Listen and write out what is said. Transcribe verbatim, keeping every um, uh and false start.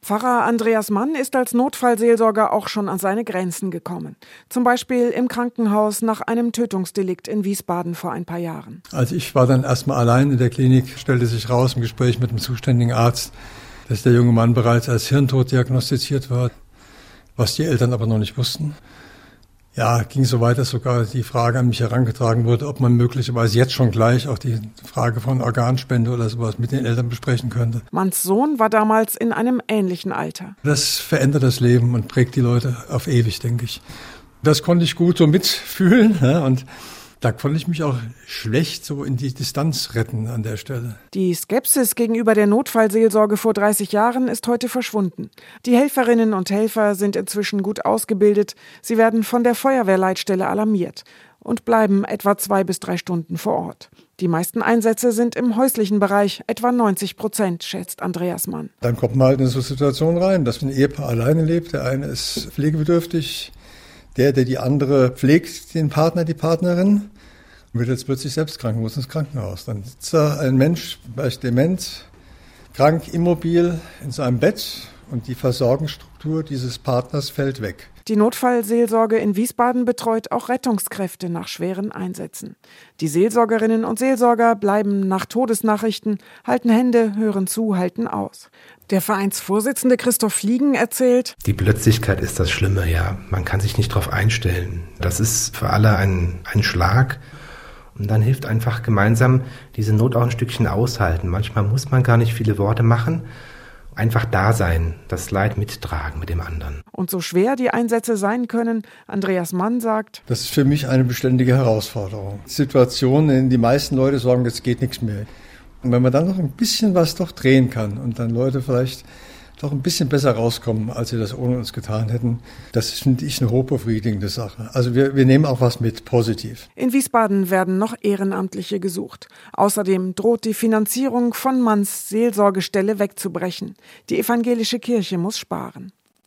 Pfarrer Andreas Mann ist als Notfallseelsorger auch schon an seine Grenzen gekommen. Zum Beispiel im Krankenhaus nach einem Tötungsdelikt in Wiesbaden vor ein paar Jahren. Also ich war dann erstmal allein in der Klinik, stellte sich raus im Gespräch mit dem zuständigen Arzt, dass der junge Mann bereits als Hirntod diagnostiziert war, was die Eltern aber noch nicht wussten. Ja, ging so weit, dass sogar die Frage an mich herangetragen wurde, ob man möglicherweise jetzt schon gleich auch die Frage von Organspende oder sowas mit den Eltern besprechen könnte. Manns Sohn war damals in einem ähnlichen Alter. Das verändert das Leben und prägt die Leute auf ewig, denke ich. Das konnte ich gut so mitfühlen, ja, und da konnte ich mich auch schlecht so in die Distanz retten an der Stelle. Die Skepsis gegenüber der Notfallseelsorge vor dreißig Jahren ist heute verschwunden. Die Helferinnen und Helfer sind inzwischen gut ausgebildet. Sie werden von der Feuerwehrleitstelle alarmiert und bleiben etwa zwei bis drei Stunden vor Ort. Die meisten Einsätze sind im häuslichen Bereich, etwa neunzig Prozent, schätzt Andreas Mann. Dann kommt man halt in so Situationen rein, dass ein Ehepaar alleine lebt. Der eine ist pflegebedürftig, der, der die andere pflegt, den Partner, die Partnerin, wird jetzt plötzlich selbst krank, muss ins Krankenhaus. Dann sitzt da ein Mensch, vielleicht dement, krank, immobil in seinem Bett und die Versorgungsstruktur dieses Partners fällt weg. Die Notfallseelsorge in Wiesbaden betreut auch Rettungskräfte nach schweren Einsätzen. Die Seelsorgerinnen und Seelsorger bleiben nach Todesnachrichten, halten Hände, hören zu, halten aus. Der Vereinsvorsitzende Christoph Fliegen erzählt: Die Plötzlichkeit ist das Schlimme, ja. Man kann sich nicht darauf einstellen. Das ist für alle ein, ein Schlag. Und dann hilft einfach gemeinsam diese Not auch ein Stückchen aushalten. Manchmal muss man gar nicht viele Worte machen. Einfach da sein, das Leid mittragen mit dem anderen. Und so schwer die Einsätze sein können, Andreas Mann sagt: Das ist für mich eine beständige Herausforderung. Situationen, in denen die meisten Leute sagen, jetzt geht nichts mehr. Und wenn man dann noch ein bisschen was doch drehen kann und dann Leute vielleicht doch ein bisschen besser rauskommen, als sie das ohne uns getan hätten, das finde ich eine hochbefriedigende Sache. Also wir, wir nehmen auch was mit, positiv. In Wiesbaden werden noch Ehrenamtliche gesucht. Außerdem droht die Finanzierung von Manns Seelsorgestelle wegzubrechen. Die evangelische Kirche muss sparen.